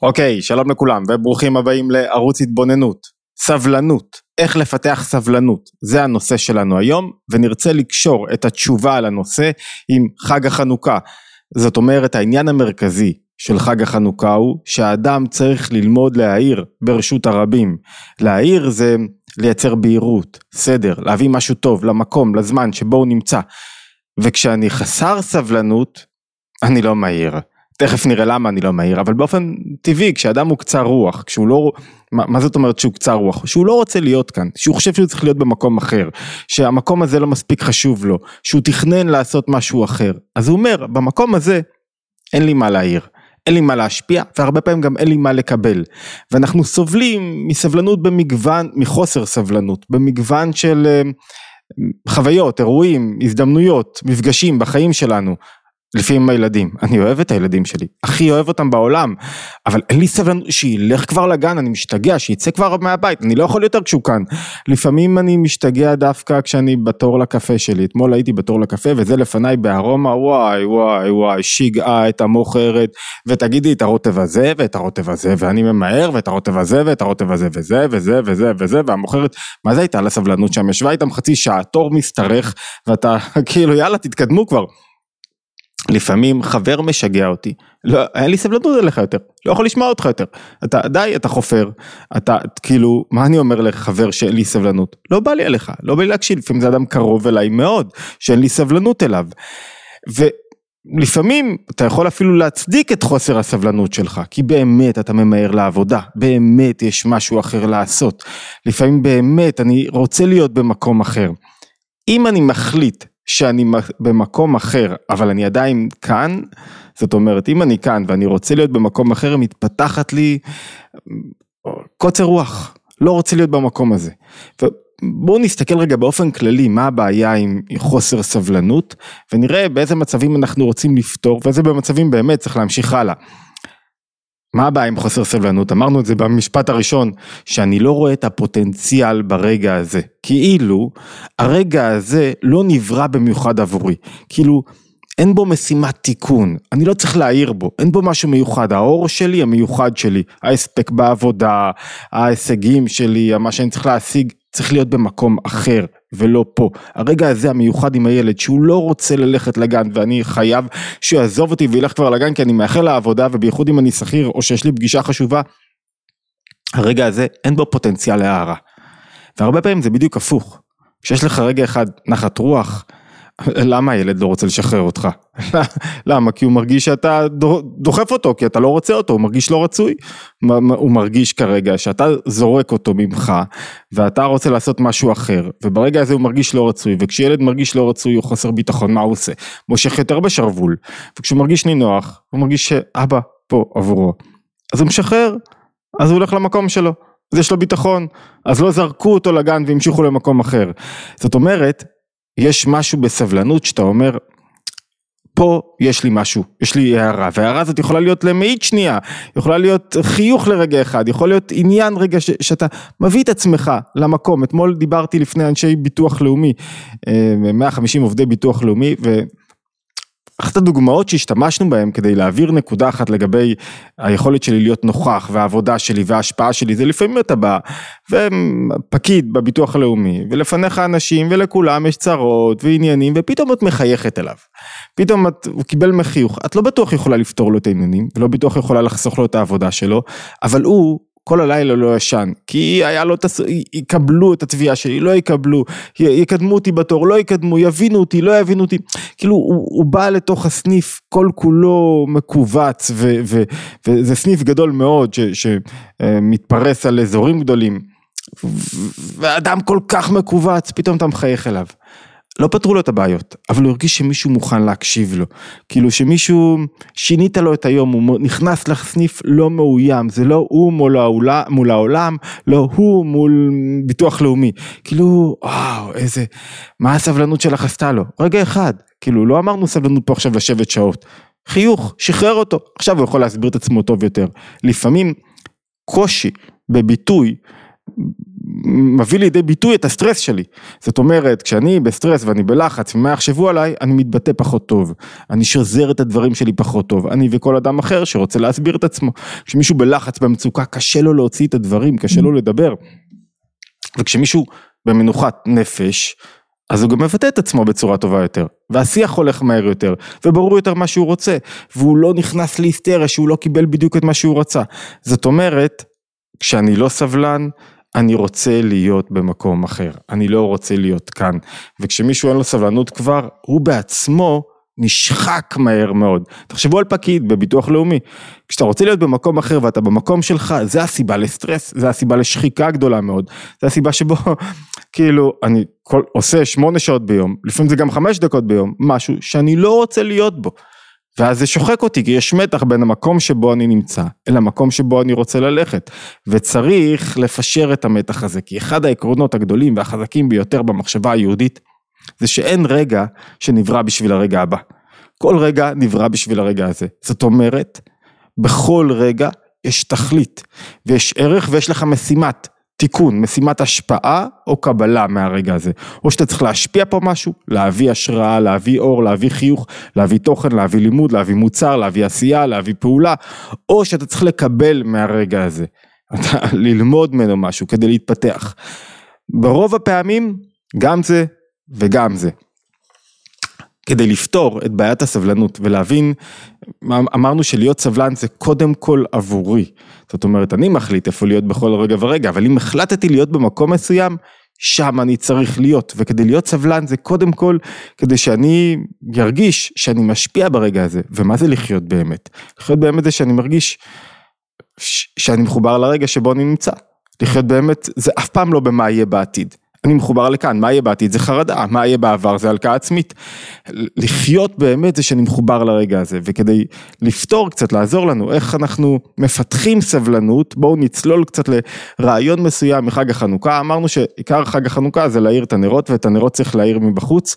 אוקיי, שלום לכולם וברוכים הבאים לערוץ התבוננות. סבלנות, איך לפתח סבלנות, זה הנושא שלנו היום, ונרצה לקשור את התשובה על הנושא עם חג החנוכה. זאת אומרת, העניין המרכזי של חג החנוכה הוא שהאדם צריך ללמוד להעיר ברשות הרבים. להעיר זה לייצר בהירות, סדר, להביא משהו טוב למקום, לזמן שבו הוא נמצא. וכשאני חסר סבלנות, אני לא מהיר. תכף נראה למה אני לא מהיר, אבל באופן טבעי, כשאדם הוא קצר רוח, כשהוא לא, מה זאת אומרת שהוא קצר רוח? שהוא לא רוצה להיות כאן, שהוא חושב שהוא צריך להיות במקום אחר, שהמקום הזה לא מספיק חשוב לו, שהוא תכנן לעשות משהו אחר. אז הוא אומר, במקום הזה אין לי מה להעיר, אין לי מה להשפיע, והרבה פעמים גם אין לי מה לקבל. ואנחנו סובלים מסבלנות במגוון, מחוסר סבלנות, במגוון של חוויות, אירועים, הזדמנויות, מפגשים בחיים שלנו. לפעמים הילדים, אני אוהב את הילדים שלי, הכי אוהב אותם בעולם, אבל אין לי סבלנות, שילך כבר לגן, אני משתגע, שיצא כבר מהבית, אני לא יכול יותר כשהוא כאן. לפעמים אני משתגע דווקא כשאני בתור לקפה שלי, אתמול הייתי בתור לקפה, וזה לפניי בארומה, וואי, שיגעה את המוכרת, ותגידי את הרוטב הזה, ואת הרוטב הזה, ואני ממהר, ואת הרוטב הזה, ואת הרוטב הזה, וזה, והמוכרת, מה זה הייתה לסבלנות שם? ישבה איתם חצי שעה, תור מסתרך, ואתה כאילו, יאללה, תתקדמו כבר. לפעמים חבר משגע אותי, לא, אין לי סבלנות אליך יותר, לא יכול לשמוע אותך יותר, אתה חופר, אתה כאילו, מה אני אומר לחבר שאין לי סבלנות? לא בא לי אליך, לא בא לי להקשיב, לפעמים זה אדם קרוב אליי מאוד, שאין לי סבלנות אליו, ולפעמים אתה יכול אפילו להצדיק את חוסר הסבלנות שלך, כי באמת אתה ממהר לעבודה, באמת יש משהו אחר לעשות, לפעמים באמת אני רוצה להיות במקום אחר, אם אני מחליט, שאני במקום אחר, אבל אני עדיין כאן, זאת אומרת, אם אני כאן ואני רוצה להיות במקום אחר, מתפתחת לי קוצר רוח, לא רוצה להיות במקום הזה. ובואו נסתכל רגע באופן כללי, מה הבעיה עם חוסר סבלנות, ונראה באיזה מצבים אנחנו רוצים לפתור, ואיזה במצבים באמת צריך להמשיך הלאה. מה הבעיה עם חוסר סבלנות? אמרנו את זה במשפט הראשון, שאני לא רואה את הפוטנציאל ברגע הזה. כאילו, הרגע הזה לא נברא במיוחד עבורי. כאילו, אין בו משימת תיקון. אני לא צריך להעיר בו. אין בו משהו מיוחד. האור שלי, המיוחד שלי. ההספק בעבודה, ההישגים שלי, מה שאני צריך להשיג, צריך להיות במקום אחר ולא פה. הרגע הזה המיוחד עם הילד שהוא לא רוצה ללכת לגן ואני חייב שהוא יעזוב אותי וילך כבר לגן כי אני מאחר לעבודה ובייחוד אם אני שכיר או שיש לי פגישה חשובה. הרגע הזה אין בו פוטנציאל להערה. והרבה פעמים זה בדיוק הפוך. כשיש לך רגע אחד נחת רוח, למה הילד לא רוצה לשחרר אותך? למה? כי הוא מרגיש שאתה דוחף אותו, כי אתה לא רוצה אותו, הוא מרגיש לא רצוי. הוא מרגיש כרגע שאתה זורק אותו ממך, ואתה רוצה לעשות משהו אחר, וברגע הזה הוא מרגיש לא רצוי, וכשילד מרגיש לא רצוי, הוא חוסר ביטחון, מה הוא עושה? מושך יותר בשרוול, וכשהוא מרגיש נינוח, הוא מרגיש שאבא פה עבורו. אז הוא משחרר, אז הוא הולך למקום שלו, אז יש לו ביטחון, אז לא זרקו אותו לגן והמשיכו למקום אחר. זאת אומרת, יש משהו בסבלנות שאתה אומר, פה יש לי משהו, יש לי הערה, והערה הזאת יכולה להיות למאית שנייה, יכולה להיות חיוך לרגע אחד, יכול להיות עניין רגע שאתה מביא את עצמך למקום. אתמול דיברתי לפני אנשי ביטוח לאומי, 150 עובדי ביטוח לאומי, אחת הדוגמאות שהשתמשנו בהם כדי להעביר נקודה אחת לגבי היכולת שלי להיות נוכח והעבודה שלי וההשפעה שלי, זה לפעמים אתה בא ופקיד בביטוח הלאומי ולפניך אנשים ולכולם יש צרות ועניינים ופתאום את מחייכת אליו, פתאום הוא קיבל מחיוך, את לא בטוח יכולה לפתור לו את העניינים ולא בטוח יכולה לחסוך לו את העבודה שלו, אבל הוא כל הלילה לא ישן, כי היה לו, יקבלו את התביעה שלי, לא יקבלו, יקדמו אותי בתור, לא יקדמו, יבינו אותי, לא יבינו אותי, כאילו הוא בא לתוך הסניף, כל כולו מקובץ, וזה סניף גדול מאוד, שמתפרס על אזורים גדולים, ואדם כל כך מקובץ, פתאום אתה מחייך אליו, לא פתרו לו את הבעיות, אבל הוא הרגיש שמישהו מוכן להקשיב לו, כאילו שמישהו שינית לו את היום, הוא נכנס לסניף לא מאוים, זה לא הוא מול העולם, לא הוא מול ביטוח לאומי, כאילו וואו איזה, מה הסבלנות שלך עשתה לו, רגע אחד, כאילו לא אמרנו סבלנות פה עכשיו לשבת שעות, חיוך, שחרר אותו, עכשיו הוא יכול להסביר את עצמו טוב יותר, לפעמים קושי בביטוי, מביא לידי ביטוי את הסטרס שלי. זאת אומרת, כשאני בסטרס ואני בלחץ, ומה יחשבו עליי, אני מתבטא פחות טוב. אני שוזר את הדברים שלי פחות טוב. אני וכל אדם אחר שרוצה להסביר את עצמו. כשמישהו בלחץ, במצוקה, קשה לו להוציא את הדברים, קשה לו לדבר. וכשמישהו במנוחת נפש, אז הוא גם מבטא את עצמו בצורה טובה יותר, והשיח הולך מהר יותר, וברור יותר מה שהוא רוצה, והוא לא נכנס להיסטריה, שהוא לא קיבל בדיוק את מה שהוא רצה. זאת אומרת, כשאני לא סבלן, אני רוצה להיות במקום אחר, אני לא רוצה להיות כאן, וכשמישהו אין לו סבלנות כבר, הוא בעצמו נשחק מהר מאוד. תחשבו על פקיד בביטוח לאומי, כשאתה רוצה להיות במקום אחר ואתה במקום שלך, זה הסיבה לסטרס, זה הסיבה לשחיקה גדולה מאוד, זה הסיבה שבו, כאילו, אני עושה 8 שעות ביום, לפעמים זה גם 5 דקות ביום, משהו שאני לא רוצה להיות בו, ואז זה שוחק אותי, כי יש מתח בין המקום שבו אני נמצא, אל המקום שבו אני רוצה ללכת, וצריך לפשר את המתח הזה, כי אחד העקרונות הגדולים והחזקים ביותר במחשבה היהודית, זה שאין רגע שנברא בשביל הרגע הבא. כל רגע נברא בשביל הרגע הזה. זאת אומרת, בכל רגע יש תכלית, ויש ערך ויש לך משימת תיקון, משימת השפעה או קבלה מהרגע הזה. או שאתה צריך להשפיע פה משהו, להביא השראה, להביא אור, להביא חיוך, להביא תוכן, להביא לימוד, להביא מוצר, להביא עשייה, להביא פעולה, או שאתה צריך לקבל מהרגע הזה. ללמוד ממנו משהו כדי להתפתח. ברוב הפעמים, גם זה, וגם זה. כדי לפתור את בעיית הסבלנות ולהבין, אמרנו שלהיות סבלן זה קודם כל עבורי. זאת אומרת, אני מחליט איפה להיות בכל רגע ורגע, אבל אם החלטתי להיות במקום מסוים, שם אני צריך להיות. וכדי להיות סבלן זה קודם כל, כדי שאני ירגיש שאני משפיע ברגע הזה. ומה זה לחיות באמת? לחיות באמת זה שאני מרגיש שאני מחובר לרגע שבו אני נמצא. לחיות באמת זה אף פעם לא במה יהיה בעתיד. אני מחובר לכאן, מה יהיה בעתיד? זה חרדה, מה יהיה בעבר? זה הלקאה עצמית. לחיות באמת זה שאני מחובר לרגע הזה, וכדי לפתור קצת, לעזור לנו, איך אנחנו מפתחים סבלנות, בואו נצלול קצת לרעיון מסוים מחג החנוכה, אמרנו שעיקר חג החנוכה זה להאיר את הנרות, ואת הנרות צריך להאיר מבחוץ,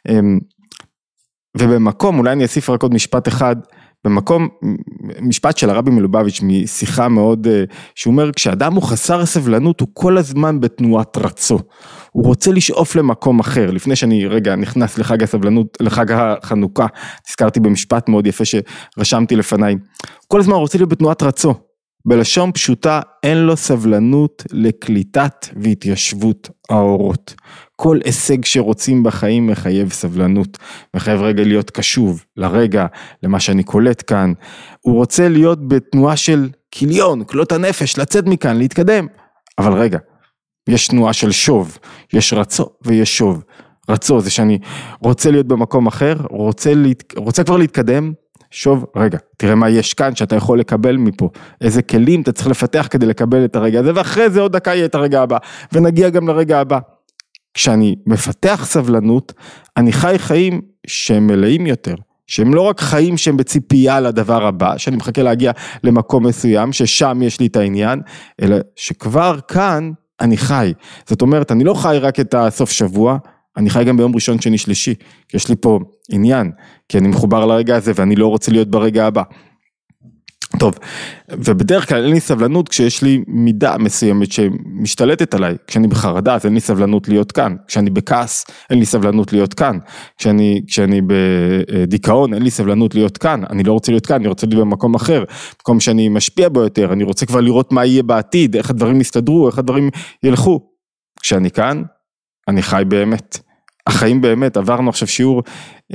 ובמקום, אולי אני אוסיף רק עוד משפט אחד, במקום, משפט של הרבי מלובביץ' משיחה מאוד, שהוא אומר, כשאדם הוא חסר סבלנות, הוא כל הזמן בתנועת רצו, הוא רוצה לשאוף למקום אחר, לפני שאני רגע נכנס לחג הסבלנות, לחג החנוכה, נזכרתי במשפט מאוד יפה שרשמתי לפניי, כל הזמן הוא רוצה להיות בתנועת רצו, בלשון פשוטה, אין לו סבלנות לקליטת והתיישבות האורות. כל הישג שרוצים בחיים מחייב סבלנות, מחייב רגע להיות קשוב לרגע, למה שאני קולט כאן. הוא רוצה להיות בתנועה של כיליון, כלות הנפש, לצאת מכאן, להתקדם. אבל רגע, יש תנועה של שוב, יש רצו ויש שוב. רצו זה שאני רוצה להיות במקום אחר, רוצה כבר להתקדם, שוב, רגע, תראה מה יש כאן שאתה יכול לקבל מפה, איזה כלים אתה צריך לפתח כדי לקבל את הרגע הזה, ואחרי זה עוד דקה יהיה את הרגע הבא, ונגיע גם לרגע הבא. כשאני מפתח סבלנות, אני חי חיים שהם מלאים יותר, שהם לא רק חיים שהם בציפייה לדבר הבא, שאני מחכה להגיע למקום מסוים, ששם יש לי את העניין, אלא שכבר כאן אני חי. זאת אומרת, אני לא חי רק את הסוף שבוע, אני חי גם ביום ראשון, שני, שלישי, כי יש לי פה עניין, כי אני מחובר לרגע הזה, ואני לא רוצה להיות ברגע הבא. טוב, ובדרך כלל אין לי סבלנות, כשיש לי מידה מסוימת שמשתלטת עליי, כשאני בחרדה, אז אין לי סבלנות להיות כאן, כשאני בכעס, אין לי סבלנות להיות כאן, כשאני בדיכאון, אין לי סבלנות להיות כאן, אני לא רוצה להיות כאן, אני רוצה להיות במקום אחר, במקום שאני משפיע בו יותר, אני רוצה כבר לראות מה יהיה בעתיד, איך הדברים יסתדרו, איך הדברים ילכו. כשאני כאן, אני חי באמת, החיים באמת, עברנו עכשיו שיעור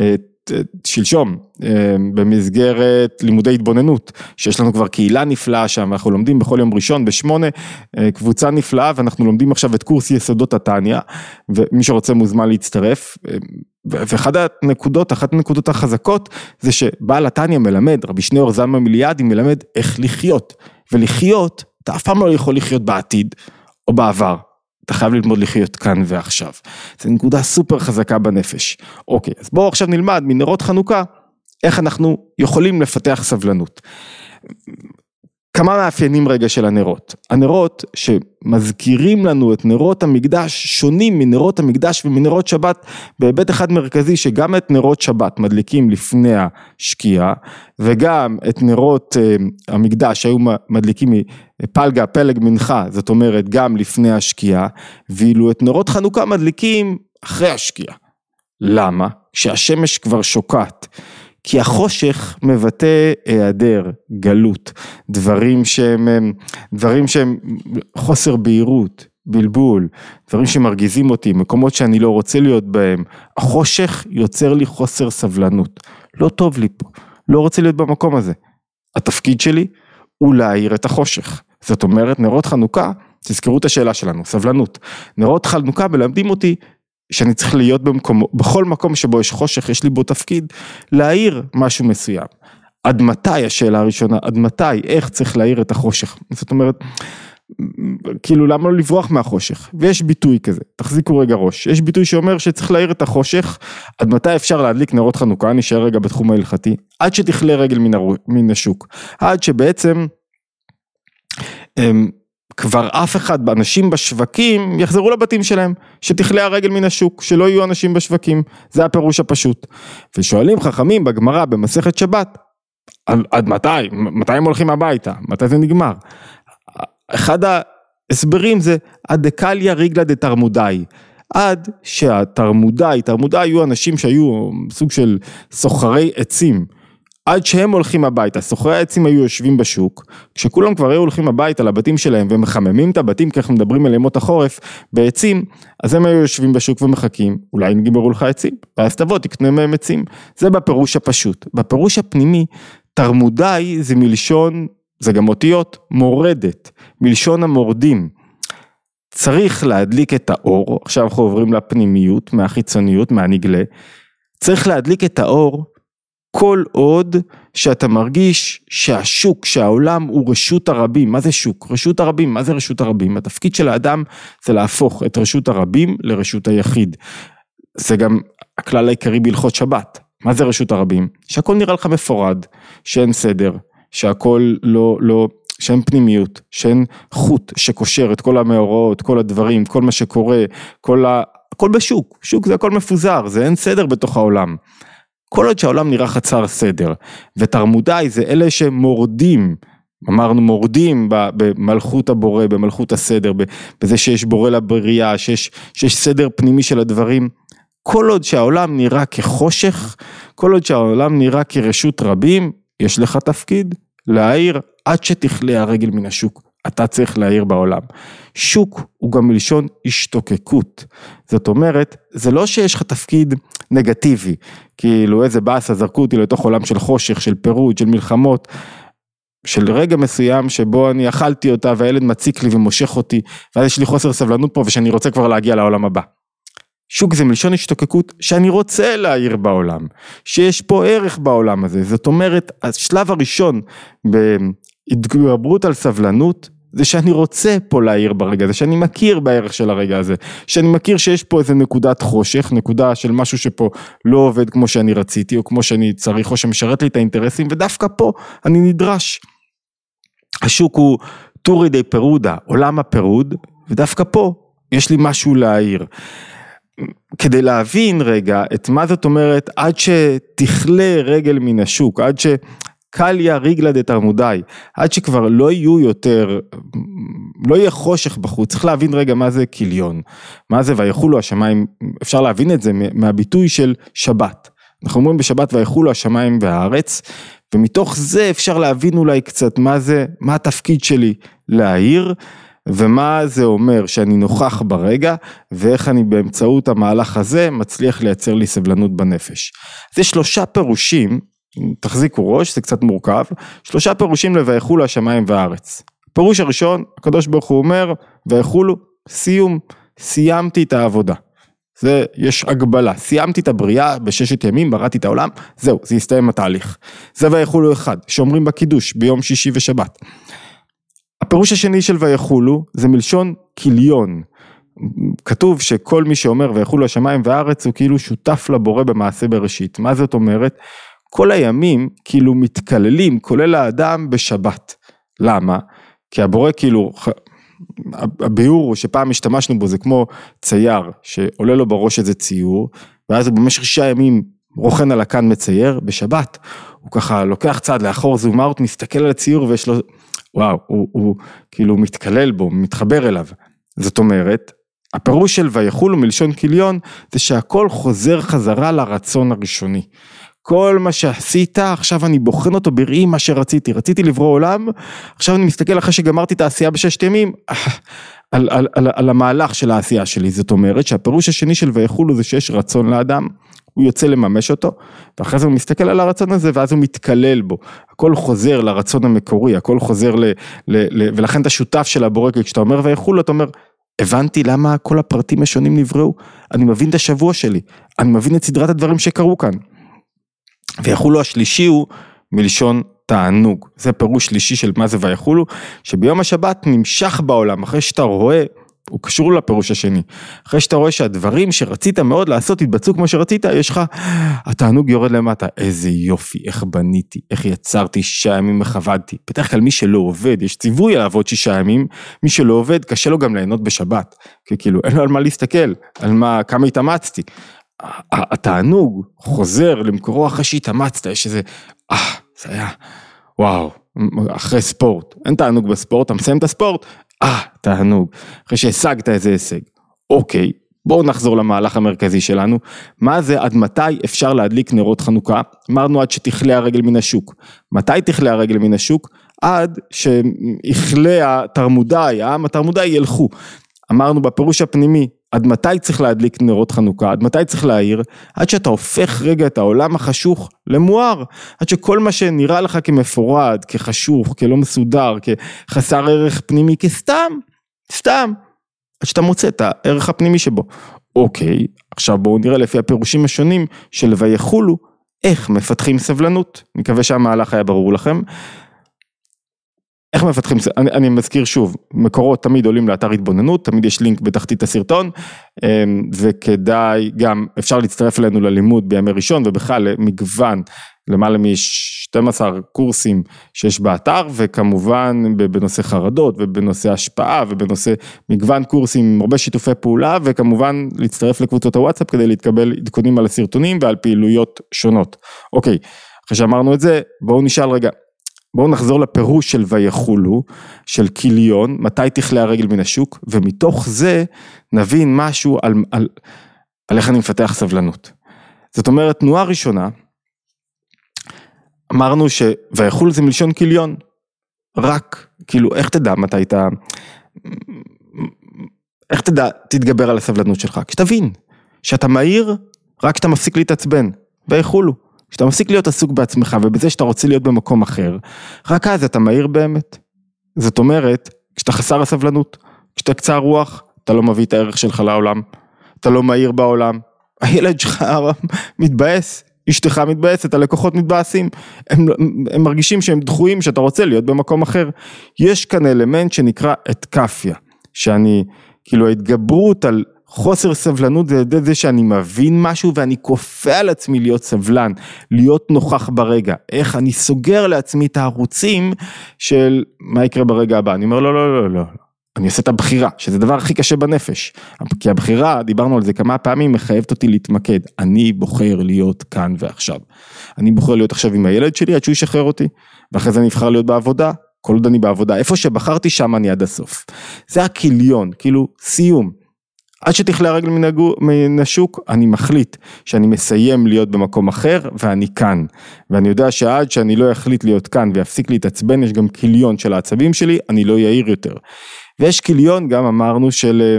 שלשום, במסגרת לימודי התבוננות, שיש לנו כבר קהילה נפלאה שם, אנחנו לומדים בכל יום ראשון ב8, קבוצה נפלאה, ואנחנו לומדים עכשיו את קורס יסודות התניא, ומי שרוצה מוזמן להצטרף, ואחת הנקודות החזקות, זה שבעל התניא מלמד, רבי שניאור זלמן מיליאדי מלמד איך לחיות, ולחיות, אתה אף פעם לא יכול לחיות בעתיד, או בעבר, אתה חייב ללמוד לחיות כאן ועכשיו. זו נקודה סופר חזקה בנפש. אוקיי, אז בואו עכשיו נלמד מנרות חנוכה, איך אנחנו יכולים לפתח סבלנות. כמה מאפיינים רגע של הנרות. הנרות שמזכירים לנו את נרות המקדש שונים מנרות המקדש ומנרות שבת בהיבט אחד מרכזי, שגם את נרות שבת מדליקים לפני השקיעה, וגם את נרות המקדש שהיו מדליקים פלג מנחה, זאת אומרת גם לפני השקיעה, ואילו את נרות חנוכה מדליקים אחרי השקיעה. למה? כשהשמש כבר שוקעת. כי החושך מבטא היעדר, גלות, דברים שהם חוסר בהירות, בלבול, דברים שמרגיזים אותי, מקומות שאני לא רוצה להיות בהם. החושך יוצר לי חוסר סבלנות. לא טוב לי פה, לא רוצה להיות במקום הזה. התפקיד שלי הוא להאיר את החושך. זאת אומרת, נרות חנוכה, תזכרו את השאלה שלנו, סבלנות. נרות חנוכה מלמדים אותי שאני צריך להיות בכל מקום שבו יש חושך, יש לי בו תפקיד, להאיר משהו מסוים. עד מתי, השאלה הראשונה, עד מתי, איך צריך להאיר את החושך? זאת אומרת, כאילו למה לא לברוח מהחושך? ויש ביטוי כזה, תחזיקו רגע ראש, יש ביטוי שאומר שצריך להאיר את החושך, עד מתי אפשר להדליק נרות חנוכה, נשאר רגע בתחום ההלכתי, עד שתכלה רגל מן השוק, עד שבעצם כבר אף אחד, אנשים בשווקים יחזרו לבתים שלהם, שתכלה הרגל מן השוק, שלא יהיו אנשים בשווקים, זה הפירוש הפשוט. ושואלים חכמים בגמרא במסכת שבת, עד מתי הם הולכים הביתה? מתי זה נגמר? אחד ההסברים זה, עד דקליה ריגלה דתרמודאי, עד שהתרמודאי היו אנשים שהיו סוג של סוחרי עצים, עד שהם הולכים הביתה, סוחרי העצים היו יושבים בשוק, כשכולם כבר היו הולכים הביתה לבתים שלהם, ומחממים את הבתים, כי אנחנו מדברים על ימות החורף, בעצים, אז הם היו יושבים בשוק ומחכים, אולי נגמרו לך עצים, ואז תבוא, תקנה מהם עצים, זה בפירוש הפשוט. בפירוש הפנימי, תרמודאי זה מלשון, זה גם אותיות, מורדת, מלשון המורדים, צריך להדליק את האור, עכשיו אנחנו עוברים לפנימיות, מהחיצוניות, מהנגלה, צריך להדליק את האור, כל עוד שאתה מרגיש שהשוק, שהעולם הוא רשות הרבים. מה זה שוק? רשות הרבים. מה זה רשות הרבים? התפקיד של האדם זה להפוך את רשות הרבים לרשות היחיד. זה גם הכלל העיקרי בהלכות שבת. מה זה רשות הרבים? שהכל נראה לך מפורד, שאין סדר, שהכל שאין פנימיות, שאין חוט שקושר את כל המאורעות, כל הדברים, כל מה שקורה, הכל בשוק. שוק זה הכל מפוזר, זה אין סדר בתוך העולם. כל עוד שהעולם נראה חצר סדר, ותרמודאי זה אלה שמורדים, אמרנו מורדים במלכות הבורא, במלכות הסדר, בזה שיש בורא לבריאה, שיש סדר פנימי של הדברים, כל עוד שהעולם נראה כחושך, כל עוד שהעולם נראה כרשות רבים, יש לך תפקיד להאיר עד שתכלה הרגל מן השוק. אתה צריך להאיר בעולם. שוק הוא גם מלשון השתוקקות. זאת אומרת, זה לא שיש לך תפקיד נגטיבי, כאילו איזה באסה זרקו אותי לתוך עולם של חושך, של פירוד, של מלחמות, של רגע מסוים שבו אני אכלתי אותה והילד מציק לי ומושך אותי, ואז יש לי חוסר סבלנות פה ושאני רוצה כבר להגיע לעולם הבא. שוק זה מלשון השתוקקות שאני רוצה להאיר בעולם, שיש פה ערך בעולם הזה. זאת אומרת, השלב הראשון בהתגברות על סבלנות, זה שאני רוצה פה להאיר ברגע הזה, שאני מכיר בערך של הרגע הזה, שאני מכיר שיש פה איזה נקודת חושך, נקודה של משהו שפה לא עובד כמו שאני רציתי, או כמו שאני צריך, או שמשרת לי את האינטרסים, ודווקא פה אני נדרש. השוק הוא טורי די פירודה, עולם הפירוד, ודווקא פה יש לי משהו להאיר. כדי להבין רגע את מה זאת אומרת, עד שתכלה רגל מן השוק, עד קליה ריגלה דתרמודאי, עד שכבר לא יהיו יותר, לא יהיה חושך בחוץ, צריך להבין רגע מה זה כליון, מה זה ויחולו השמיים, אפשר להבין את זה מהביטוי של שבת, אנחנו אומרים בשבת ויחולו השמיים והארץ, ומתוך זה אפשר להבין אולי קצת מה זה, מה התפקיד שלי להאיר, ומה זה אומר שאני נוכח ברגע, ואיך אני באמצעות המהלך הזה מצליח לייצר לי סבלנות בנפש. זה 3 פירושים, תחזיקו ראש, זה קצת מורכב, 3 פירושים ל"ויחולו השמיים והארץ". פירוש הראשון, הקדוש ברוך הוא אומר, ויחולו, סיום, סיימתי את העבודה. זה, יש הגבלה, סיימתי את הבריאה, ב6 ימים, בראתי את העולם, זהו, זה יסתיים התהליך. זה ויחולו אחד, שאומרים בקידוש, ביום שישי ושבת. הפירוש השני של ויחולו, זה מלשון כליון. כתוב שכל מי שאומר ויחולו השמיים והארץ, הוא כאילו שותף לבורא במעשה בראשית. מה זאת אומרת? כל הימים כאילו מתקללים, כולל האדם בשבת. למה? כי הבורא כאילו, הביאור הוא שפעם השתמשנו בו, זה כמו צייר, שעולה לו בראש איזה ציור, ואז הוא במשך 6 ימים רוכן על הכאן מצייר, בשבת, הוא ככה לוקח צעד לאחור, זום אאוט, מסתכל על הציור ויש לו, וואו, הוא כאילו מתקלל בו, מתחבר אליו. זאת אומרת, הפירוש של ויחולו מלשון כליון, זה שהכל חוזר חזרה לרצון הראשוני. כל מה שעשית, עכשיו אני בוחן אותו בראי מה שרציתי, רציתי לברוא עולם, עכשיו אני מסתכל אחרי שגמרתי את העשייה ב6 ימים, על המהלך של העשייה שלי. זאת אומרת שהפירוש השני של ויחולו זה שיש רצון לאדם, הוא יוצא לממש אותו, ואחרי זה הוא מסתכל על הרצון הזה, ואז הוא מתקלל בו, הכל חוזר לרצון המקורי, הכל חוזר ולכן אתה שותף של הבורא, כשאתה אומר ויחולו, אתה אומר, הבנתי למה כל הפרטים השונים נבראו, אני מבין את השבוע שלי, אני מבין את סדרת הדברים שקרו כאן, ויחולו השלישי הוא מלשון תענוג, זה פירוש שלישי של מה זה ויחולו, שביום השבת נמשך בעולם, אחרי שאתה רואה, הוא קשור לפירוש השני, אחרי שאתה רואה שהדברים שרצית מאוד לעשות, התבצעו כמו שרצית, יש לך, התענוג יורד למטה, איזה יופי, איך בניתי, איך יצרתי 6 ימים, איך עבדתי, בדרך כלל מי שלא עובד, יש ציווי לעבוד 6 ימים, מי שלא עובד, קשה לו גם ליהנות בשבת, כי כאילו אין לו על מה להסתכל, על מה, כמה התאמצתי, התענוג חוזר למקורו אחרי שהתאמצת, יש איזה, זה היה, וואו, אחרי ספורט, אין תענוג בספורט, אתה מסיים את הספורט, תענוג, אחרי שהשגת איזה הישג, אוקיי, בואו נחזור למהלך המרכזי שלנו, מה זה, עד מתי אפשר להדליק נרות חנוכה, אמרנו עד שתכלה הרגל מן השוק, מתי תכלה הרגל מן השוק, עד שיכלה התרמודאי, העם התרמודאי ילכו, אמרנו בפירוש הפנימי, עד מתי צריך להדליק נרות חנוכה, עד מתי צריך להעיר, עד שאתה הופך רגע את העולם החשוך למואר, עד שכל מה שנראה לך כמפורד, כחשוך, כלא מסודר, כחסר ערך פנימי, סתם, עד שאתה מוצא את הערך הפנימי שבו. אוקיי, עכשיו בואו נראה לפי הפירושים השונים של ויחולו, איך מפתחים סבלנות, מקווה שהמהלך היה ברור לכם, איך מפתחים, אני מזכיר שוב, מקורות תמיד עולים לאתר התבוננות, תמיד יש לינק בתחתית הסרטון, וכדאי גם, אפשר להצטרף אלינו ללימוד בימי ראשון, ובכלל מגוון, למעלה מ-12 קורסים שיש באתר, וכמובן בנושא חרדות, ובנושא השפעה, ובנושא מגוון קורסים עם הרבה שיתופי פעולה, וכמובן להצטרף לקבוצות הוואטסאפ, כדי להתקבל עדכונים על הסרטונים, ועל פעילויות שונות. אוקיי, אחרי שאמרנו את זה, בואו נשאל רגע, בואו נחזור לפירוש של ויחולו, של כליון, מתי תכלה הרגל מן השוק, ומתוך זה נבין משהו על איך אני מפתח סבלנות. זאת אומרת, תנועה ראשונה, אמרנו שויחולו זה מלשון כליון, רק, כאילו, איך תדע מתי אתה, איך תתגבר על הסבלנות שלך? כשתבין, שאתה מהיר, רק כשאתה מפסיק להתעצבן, ויחולו. כשאתה מפסיק להיות עסוק בעצמך, ובזה שאתה רוצה להיות במקום אחר, רק אז אתה מהיר באמת. זאת אומרת, כשאתה חסר הסבלנות, כשאתה קצר רוח, אתה לא מביא את הערך שלך לעולם, אתה לא מהיר בעולם, הילד שלך מתבאס, אשתך מתבאסת, הלקוחות מתבאסים, הם מרגישים שהם דחויים, שאתה רוצה להיות במקום אחר. יש כאן אלמנט שנקרא אתקפיה, שאני, כאילו ההתגברות על חוסר סבלנות זה זה שאני מבין משהו ואני כופה על עצמי להיות סבלן, להיות נוכח ברגע, איך אני סוגר לעצמי את הערוצים של מה יקרה ברגע הבא, אני אומר לא, אני עושה את הבחירה, שזה הדבר הכי קשה בנפש, כי הבחירה, דיברנו על זה כמה פעמים, מחייבת אותי להתמקד, אני בוחר להיות כאן ועכשיו, אני בוחר להיות עכשיו עם הילד שלי עד שהוא ישחרר אותי, ואחרי זה אני אבחר להיות בעבודה, כל עוד אני בעבודה, איפה שבחרתי שם אני עד הסוף, זה הכיליון, כאילו סיום, עד שתכלה הרגל מן השוק, אני מחליט שאני מסיים להיות במקום אחר, ואני כאן. ואני יודע שעד שאני לא אחליט להיות כאן, ויפסיק להתעצבן, יש גם כיליון של העצבים שלי, אני לא יאיר יותר. ויש כיליון, גם אמרנו,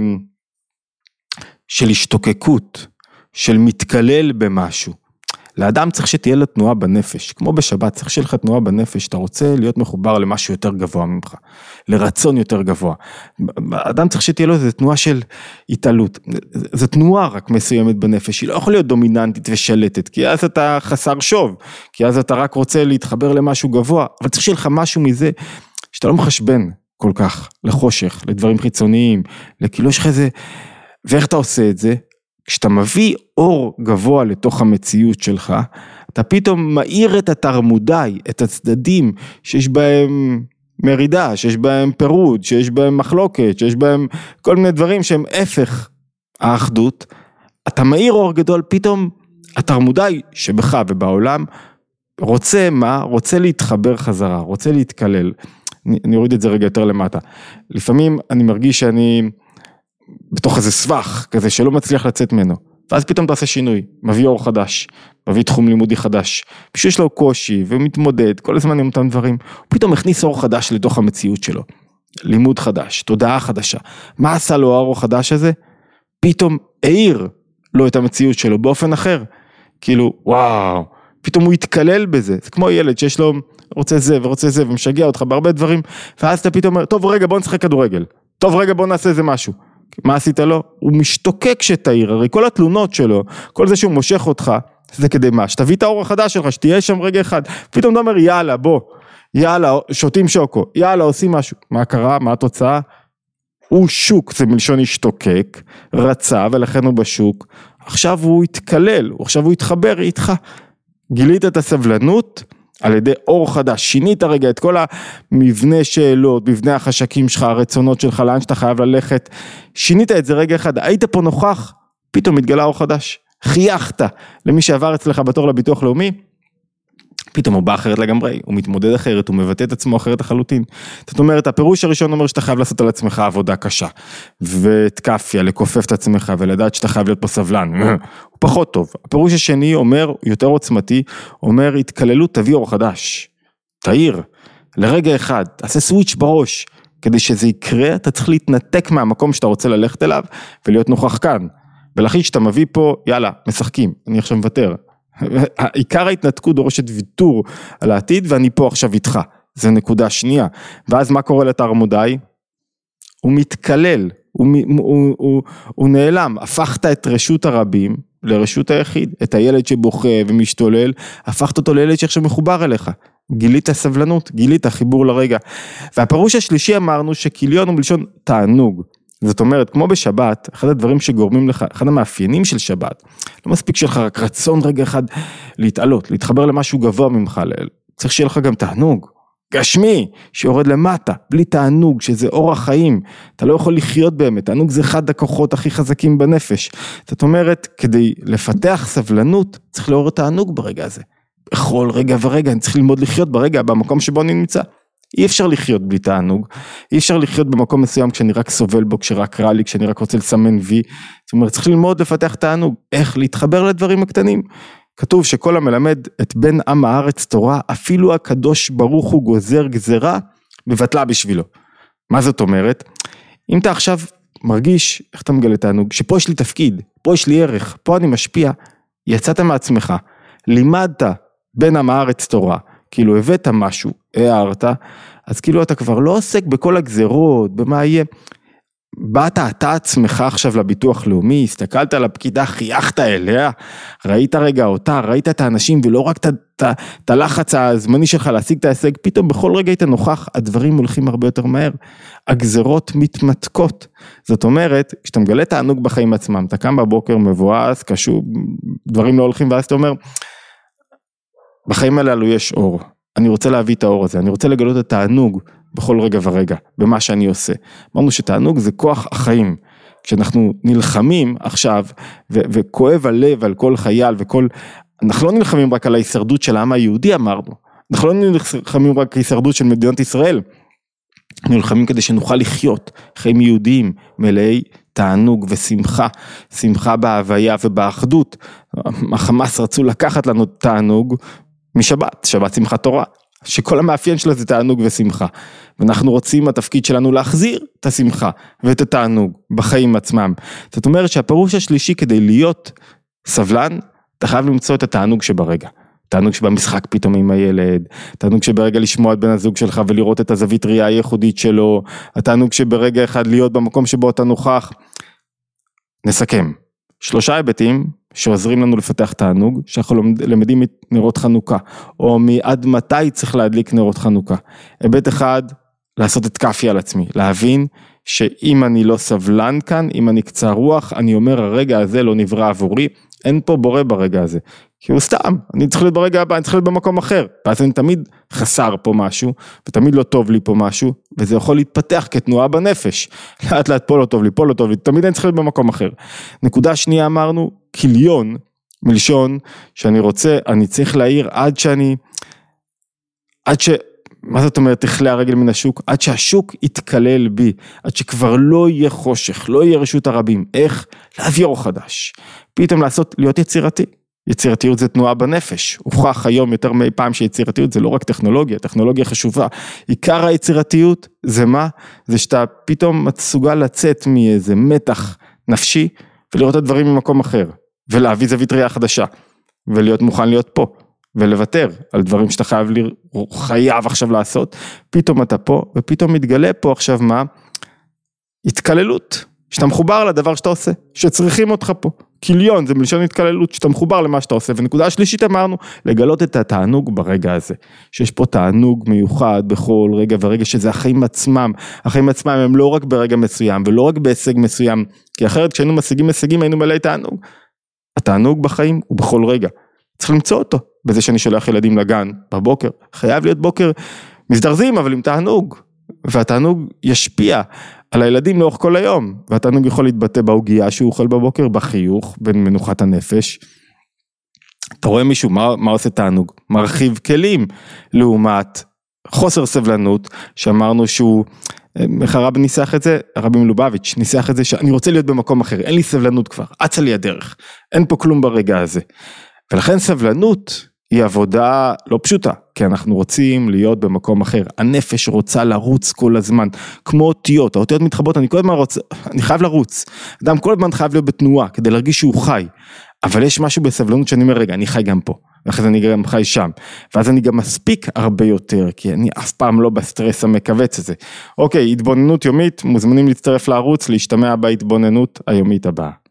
של השתוקקות, של מתקלל במשהו. לאדם צריך שתהיה לו תנועה בנפש, כמו בשבת, צריך שיהיה לך תנועה בנפש, אתה רוצה להיות מחובר למשהו יותר גבוה ממך, לרצון יותר גבוה. האדם צריך שתהיה לו איזו תנועה של התעלות, זו תנועה רק מסוימת בנפש, היא לא יכולה להיות דומיננטית ושלטת, כי אז אתה חסר שוב, כי אז אתה רק רוצה להתחבר למשהו גבוה, אבל צריך שיהיה לך משהו מזה, שאתה לא מחשבן כל כך לחושך, לדברים חיצוניים, לכאילו יש לך איזה, ואיך אתה עושה את זה? כשאתה מביא אור גבוה לתוך המציאות שלך, אתה פתאום מאיר את התרמודאי, את הצדדים שיש בהם מרידה, שיש בהם פירוד, שיש בהם מחלוקת, שיש בהם כל מיני דברים שהם הפך האחדות, אתה מאיר אור גדול, פתאום התרמודאי שבך ובעולם רוצה מה? רוצה להתחבר חזרה, רוצה להתקלל. אני אוריד את זה רגע יותר למטה. לפעמים אני מרגיש שאני בתוך איזה סבך כזה שלא מצליח לצאת ממנו. ואז פתאום תעשה שינוי, מביא אור חדש, מביא תחום לימודי חדש, שיש לו קושי ומתמודד כל הזמן עם אותם דברים, הוא פתאום הכניס אור חדש לתוך המציאות שלו, לימוד חדש, תודעה חדשה, מה עשה לו האור החדש הזה? פתאום העיר לו את המציאות שלו באופן אחר, כאילו וואו, פתאום הוא התקלל בזה, זה כמו ילד שיש לו רוצה זה ורוצה זה ומשגע אותך בהרבה דברים, ואז אתה פתאום אומר, טוב רגע בוא נשחק כדורגל, טוב רגע בוא נעשה איזה משהו, מה עשית לו? הוא משתוקק שתאיר, הרי כל התלונות שלו, כל זה שהוא מושך אותך, זה כדי מה? שתביא את האור החדש שלך, שתהיה שם רגע אחד, פתאום אתה אומר יאללה בוא, יאללה שותים שוקו, יאללה עושים משהו, מה קרה? מה התוצאה? הוא שוק, זה מלשון השתוקק, רצה ולכן הוא בשוק, עכשיו הוא התקלל, עכשיו הוא התחבר איתך, גילית את הסבלנות, על ידי אור חדש, שינית רגע את כל המבנה שאלות, מבנה החשקים שלך, הרצונות שלך, לאן שאתה חייב ללכת, שינית את זה רגע אחד, היית פה נוכח, פתאום מתגלה אור חדש, חייכת למי שעבר אצלך בתור לביטוח לאומי, פתאום הוא בא אחרת לגמרי, הוא מתמודד אחרת, הוא מבטא את עצמו אחרת לחלוטין. זאת אומרת, הפירוש הראשון אומר שאתה חייב לעשות על עצמך עבודה קשה, ותקפיה, לקופף את עצמך, ולדעת שאתה חייב להיות פה סבלן, הוא פחות טוב. הפירוש השני אומר, יותר עוצמתי, אומר, התקללות תביא אור חדש, תאיר, לרגע אחד, תעשה סוויץ' בראש, כדי שזה יקרה, אתה צריך להתנתק מהמקום שאתה רוצה ללכת אליו, ולהיות נוכח כאן. ולכן שאתה מביא פה, יאללה, משחקים, אני עכשיו מוותר. העיקר ההתנתקות דורשת ויתור על העתיד, ואני פה עכשיו איתך, זה נקודה שנייה, ואז מה קורה לתרמודאי? הוא מתקלל, הוא נעלם, הפכת את רשות הרבים לרשות היחיד, את הילד שבוכה ומשתולל, הפכת אותו לילד שעכשיו מחובר אליך, גילית הסבלנות, גילית החיבור לרגע, והפירוש השלישי אמרנו שכיליון הוא בלשון תענוג, זאת אומרת, כמו בשבת, אחד הדברים שגורמים לך, אחד המאפיינים של שבת, לא מספיק שלך רק רצון רגע אחד להתעלות, להתחבר למשהו גבוה ממך, צריך שיהיה לך גם תענוג, גשמי, שיורד למטה, בלי תענוג, שזה אורח חיים, אתה לא יכול לחיות באמת, תענוג זה אחד הכוחות הכי חזקים בנפש, זאת אומרת, כדי לפתח סבלנות, צריך לעורר תענוג ברגע הזה, בכל רגע ורגע, אני צריך ללמוד לחיות ברגע, במקום שבו אני נמצא, אי אפשר לחיות בלי תענוג, אי אפשר לחיות במקום מסוים כשאני רק סובל בו, כשרק רע לי, כשאני רק רוצה לסמן וי, זאת אומרת, צריך ללמוד לפתח תענוג, איך להתחבר לדברים הקטנים, כתוב שכל המלמד את בן עם הארץ תורה, אפילו הקדוש ברוך הוא גוזר גזרה, מבטלה בשבילו. מה זאת אומרת? אם אתה עכשיו מרגיש, איך אתה מגלה תענוג, שפה יש לי תפקיד, פה יש לי ערך, פה אני משפיע, יצאת מעצמך, לימדת בן עם הארץ תורה, כאילו הבאת משהו, הערת, אז כאילו אתה כבר לא עוסק בכל הגזרות, במה יהיה, באת אתה עצמך עכשיו לביטוח לאומי, הסתכלת על הפקידה, חייכת אליה, ראית רגע אותה, ראית את האנשים ולא רק את הלחץ הזמני שלך להשיג את ההישג, פתאום בכל רגע היית נוכח, הדברים הולכים הרבה יותר מהר, הגזרות מתמתקות, זאת אומרת, כשאתה מגלה תענוג בחיים עצמם, אתה קם בבוקר מבואס, קשור, דברים לא הולכים, ואז אתה אומר, בחיים הללו יש אור, אני רוצה להביא את האור הזה, אני רוצה לגלות את התענוג בכל רגע ורגע, במה שאני עושה. אמרנו שתענוג זה כוח החיים, כשאנחנו נלחמים עכשיו, וכואב הלב על כל חייל, אנחנו לא נלחמים רק על ההישרדות של העם היהודי אמרנו, אנחנו לא נלחמים רק על ההישרדות של מדינת ישראל, אנחנו נלחמים כדי שנוכל לחיות, חיים יהודיים, מלאי תענוג ושמחה, שמחה בהוויה ובאחדות, החמאס רצו לקחת לנו תענוג, משבת, שבת שמחת תורה, שכל המאפיין שלה זה תענוג ושמחה, ואנחנו רוצים התפקיד שלנו להחזיר את השמחה ואת התענוג בחיים עצמם, זאת אומרת שהפירוש השלישי כדי להיות סבלן, אתה חייב למצוא את התענוג שברגע, תענוג שבמשחק פתאום עם הילד, תענוג שברגע לשמוע את בן הזוג שלך ולראות את הזווית ראייה הייחודית שלו, התענוג שברגע אחד להיות במקום שבו אתה נוכח, נסכם, 3 היבטים, שעוזרים לנו לפתח תענוג, שאנחנו למדים את נרות חנוכה, או מעד מתי צריך להדליק נרות חנוכה. היבט אחד, לעשות את קפי על עצמי, להבין שאם אני לא סבלן כאן, אם אני קצר רוח, אני אומר הרגע הזה לא נברא עבורי, אין פה בורא ברגע הזה. כי הוא סתם, אני צריך להיות ברגע הבא, אני צריך להיות במקום אחר, ואז אני תמיד חסר פה משהו, ותמיד לא טוב לי פה משהו, וזה יכול להתפתח כתנועה בנפש, לאט לאט פה לא טוב לי, פה לא טוב לי, תמיד אני צריך להיות במקום אחר. נקודה שנייה אמרנו, כיליון, מלשון, שאני רוצה, אני צריך להעיר מה זאת אומרת, תכלה הרגל מן השוק? עד שהשוק יתקלל בי, עד שכבר לא יהיה חושך, לא יהיה רשות הרבים. איך? להביא אור חדש. פתאום להיות יצירתי. יצירתיות זה תנועה בנפש. הוכח היום יותר מאי פעם שיצירתיות זה לא רק טכנולוגיה, טכנולוגיה חשובה. עיקר היצירתיות זה מה? זה שאתה פתאום מסוגל לצאת מאיזה מתח נפשי, ולראות את הדברים ממקום אחר, ולהביא זווית ראייה חדשה, ולהיות מוכן להיות פה. ולוותר על דברים שאתה חייב עכשיו לעשות, פתאום אתה פה, ופתאום מתגלה פה עכשיו מה? התקללות, שאתה מחובר לדבר שאתה עושה, שצריכים אותך פה, כיליון, זה מלשון התקללות, שאתה מחובר למה שאתה עושה, ונקודה שלישית אמרנו, לגלות את התענוג ברגע הזה, שיש פה תענוג מיוחד בכל רגע ורגע, שזה החיים עצמם הם לא רק ברגע מסוים, ולא רק בהישג מסוים, כי אחרת כשהיינו משיגים הישגים, היינו מלא תענוג, התענוג בחיים הוא בכל רגע, צריך למצוא אותו, בזה שאני שולח ילדים לגן בבוקר, חייב להיות בוקר מזדרזים, אבל עם תענוג, והתענוג ישפיע על הילדים לאורך כל היום, והתענוג יכול להתבטא בהוגיה שהוא אוכל בבוקר, בחיוך, בין מנוחת הנפש. אתה רואה מישהו, מה עושה תענוג? מרחיב כלים, לעומת חוסר סבלנות, שאמרנו שהוא, איך הרב ניסח את זה? הרבי מלובביץ' ניסח את זה, שאני רוצה להיות במקום אחר, אין לי סבלנות כבר, אצה לי הדרך, אין פה כלום ברגע הזה. ולכן סבלנות היא עבודה לא פשוטה, כי אנחנו רוצים להיות במקום אחר, הנפש רוצה לרוץ כל הזמן, כמו אותיות, האותיות מתחבות, אני כל הזמן אני חייב לרוץ, אדם כל הזמן חייב להיות בתנועה, כדי להרגיש שהוא חי, אבל יש משהו בסבלנות שאני אומר, רגע, אני חי גם פה, ואחרי זה אני גם חי שם, ואז אני גם מספיק הרבה יותר, כי אני אף פעם לא בסטרס המכווץ הזה. אוקיי, התבוננות יומית, מוזמנים להצטרף לערוץ, להשתמע בהתבוננות היומית הבאה.